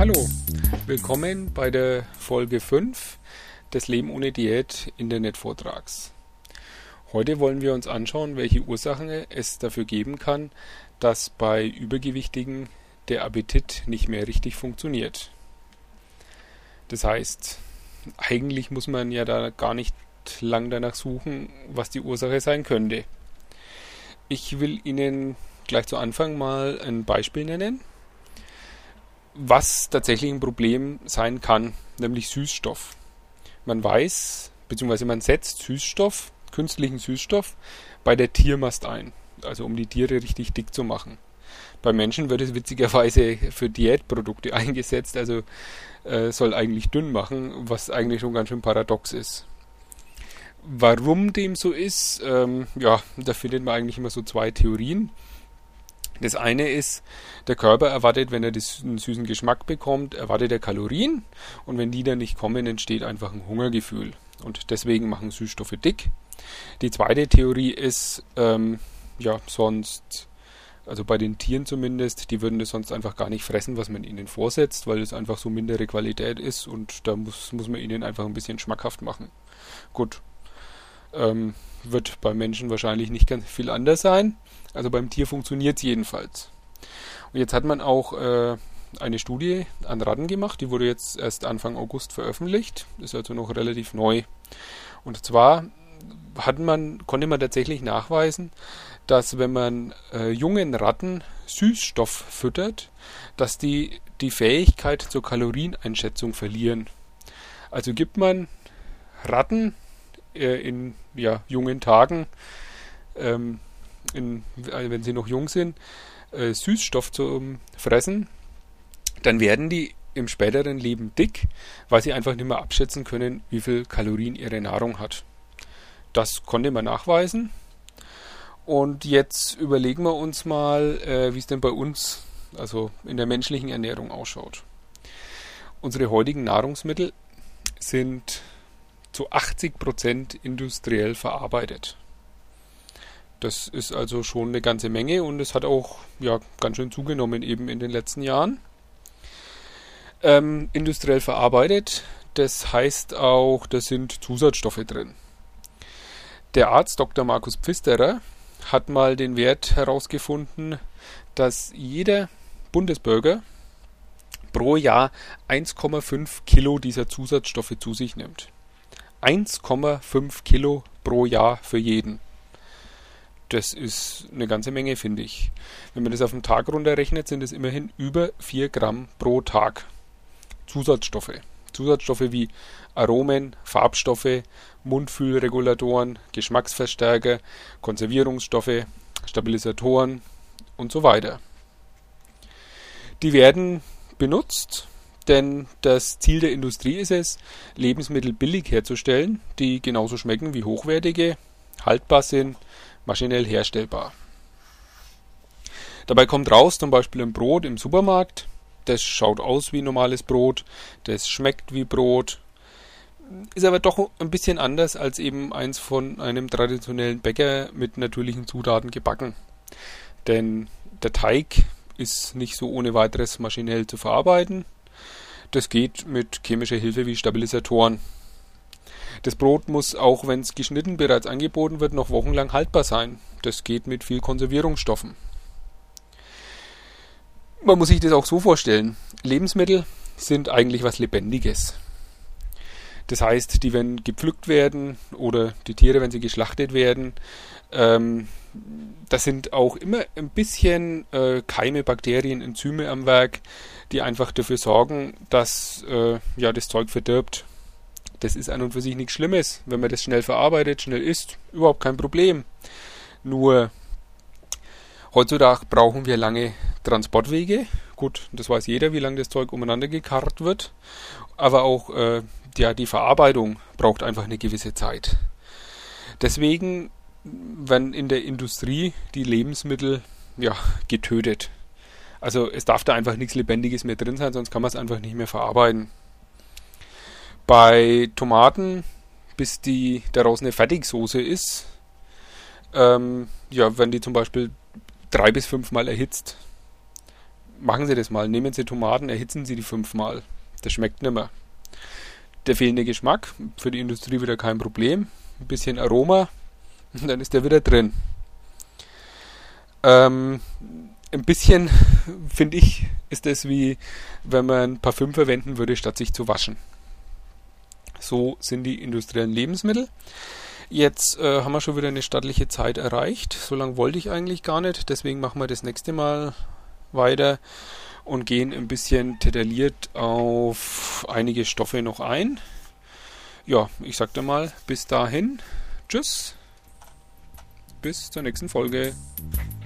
Hallo, willkommen bei der Folge 5 des Leben ohne Diät Internetvortrags. Heute wollen wir uns anschauen, welche Ursachen es dafür geben kann, dass bei Übergewichtigen der Appetit nicht mehr richtig funktioniert. Das heißt, eigentlich muss man ja da gar nicht lang danach suchen, was die Ursache sein könnte. Ich will Ihnen gleich zu Anfang mal ein Beispiel nennen, was tatsächlich ein Problem sein kann, nämlich Süßstoff. Man weiß, bzw. man setzt Süßstoff, künstlichen Süßstoff, bei der Tiermast ein, also um die Tiere richtig dick zu machen. Bei Menschen wird es witzigerweise für Diätprodukte eingesetzt, also soll eigentlich dünn machen, was eigentlich schon ganz schön paradox ist. Warum dem so ist, da findet man eigentlich immer so zwei Theorien. Das eine ist, der Körper erwartet, wenn er einen süßen Geschmack bekommt, erwartet er Kalorien, und wenn die dann nicht kommen, entsteht einfach ein Hungergefühl, und deswegen machen Süßstoffe dick. Die zweite Theorie ist, also bei den Tieren zumindest, die würden das sonst einfach gar nicht fressen, was man ihnen vorsetzt, weil es einfach so mindere Qualität ist, und da muss man ihnen einfach ein bisschen schmackhaft machen. Gut. Wird beim Menschen wahrscheinlich nicht ganz viel anders sein. Also beim Tier funktioniert es jedenfalls. Und jetzt hat man auch eine Studie an Ratten gemacht, die wurde jetzt erst Anfang August veröffentlicht, ist also noch relativ neu. Und zwar konnte man tatsächlich nachweisen, dass wenn man jungen Ratten Süßstoff füttert, dass die Fähigkeit zur Kalorieneinschätzung verlieren. Also gibt man Ratten in jungen Tagen, wenn sie noch jung sind, Süßstoff zum Fressen, dann werden die im späteren Leben dick, weil sie einfach nicht mehr abschätzen können, wie viel Kalorien ihre Nahrung hat. Das konnte man nachweisen. Und jetzt überlegen wir uns mal, wie es denn bei uns, also in der menschlichen Ernährung, ausschaut. Unsere heutigen Nahrungsmittel sind zu 80% industriell verarbeitet. Das ist also schon eine ganze Menge, und es hat auch ganz schön zugenommen eben in den letzten Jahren. Industriell verarbeitet, das heißt auch, da sind Zusatzstoffe drin. Der Arzt Dr. Markus Pfisterer hat mal den Wert herausgefunden, dass jeder Bundesbürger pro Jahr 1,5 Kilo dieser Zusatzstoffe zu sich nimmt. 1,5 Kilo pro Jahr für jeden. Das ist eine ganze Menge, finde ich. Wenn man das auf den Tag runterrechnet, sind es immerhin über 4 Gramm pro Tag. Zusatzstoffe. Zusatzstoffe wie Aromen, Farbstoffe, Mundfühlregulatoren, Geschmacksverstärker, Konservierungsstoffe, Stabilisatoren und so weiter. Die werden benutzt, denn das Ziel der Industrie ist es, Lebensmittel billig herzustellen, die genauso schmecken wie hochwertige, haltbar sind, maschinell herstellbar. Dabei kommt raus zum Beispiel ein Brot im Supermarkt, das schaut aus wie normales Brot, das schmeckt wie Brot, ist aber doch ein bisschen anders als eben eins von einem traditionellen Bäcker mit natürlichen Zutaten gebacken. Denn der Teig ist nicht so ohne weiteres maschinell zu verarbeiten. Das geht mit chemischer Hilfe wie Stabilisatoren. Das Brot muss, auch wenn es geschnitten bereits angeboten wird, noch wochenlang haltbar sein. Das geht mit viel Konservierungsstoffen. Man muss sich das auch so vorstellen. Lebensmittel sind eigentlich was Lebendiges. Das heißt, die, wenn gepflückt werden, oder die Tiere, wenn sie geschlachtet werden, das sind auch immer ein bisschen Keime, Bakterien, Enzyme am Werk, die einfach dafür sorgen, dass das Zeug verdirbt. Das ist an und für sich nichts Schlimmes. Wenn man das schnell verarbeitet, schnell isst, überhaupt kein Problem. Nur heutzutage brauchen wir lange Transportwege. Gut, das weiß jeder, wie lange das Zeug umeinander gekarrt wird. Aber auch die Verarbeitung braucht einfach eine gewisse Zeit. Deswegen werden in der Industrie die Lebensmittel getötet. Also es darf da einfach nichts Lebendiges mehr drin sein, sonst kann man es einfach nicht mehr verarbeiten. Bei Tomaten, bis daraus eine Fertigsoße ist, werden die zum Beispiel 3 bis 5 Mal erhitzt. machen Sie das mal. Nehmen Sie Tomaten, erhitzen Sie die 5-mal. Das schmeckt nimmer. Der fehlende Geschmack, für die Industrie wieder kein Problem. Ein bisschen Aroma und dann ist der wieder drin. Ein bisschen, finde ich, ist das wie, wenn man Parfüm verwenden würde, statt sich zu waschen. So sind die industriellen Lebensmittel. Jetzt haben wir schon wieder eine stattliche Zeit erreicht. So lange wollte ich eigentlich gar nicht. Deswegen machen wir das nächste Mal weiter und gehen ein bisschen detailliert auf einige Stoffe noch ein. Ja, ich sag dann mal bis dahin. Tschüss. Bis zur nächsten Folge.